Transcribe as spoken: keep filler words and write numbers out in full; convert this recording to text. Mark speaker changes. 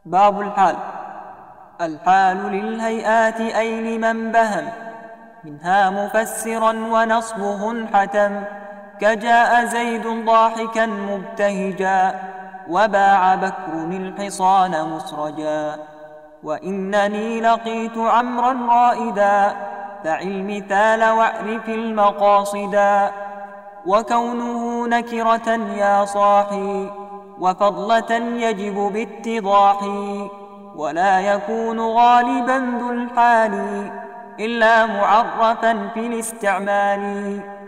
Speaker 1: باب الحال. الحال للهيئات أي لمن بهم، منها مفسرا ونصبه انحتم، كجاء زيد ضاحكا مبتهجا، وباع بكر الحصان مسرجا. وإنني لقيت عمرا رائدا، فع المثال واعرف المقاصدا. وكونه نكرة يا صاحي، وفضلة يجب باتضاح، ولا يكون غالبا ذو الحال إلا معرفا في الاستعمال.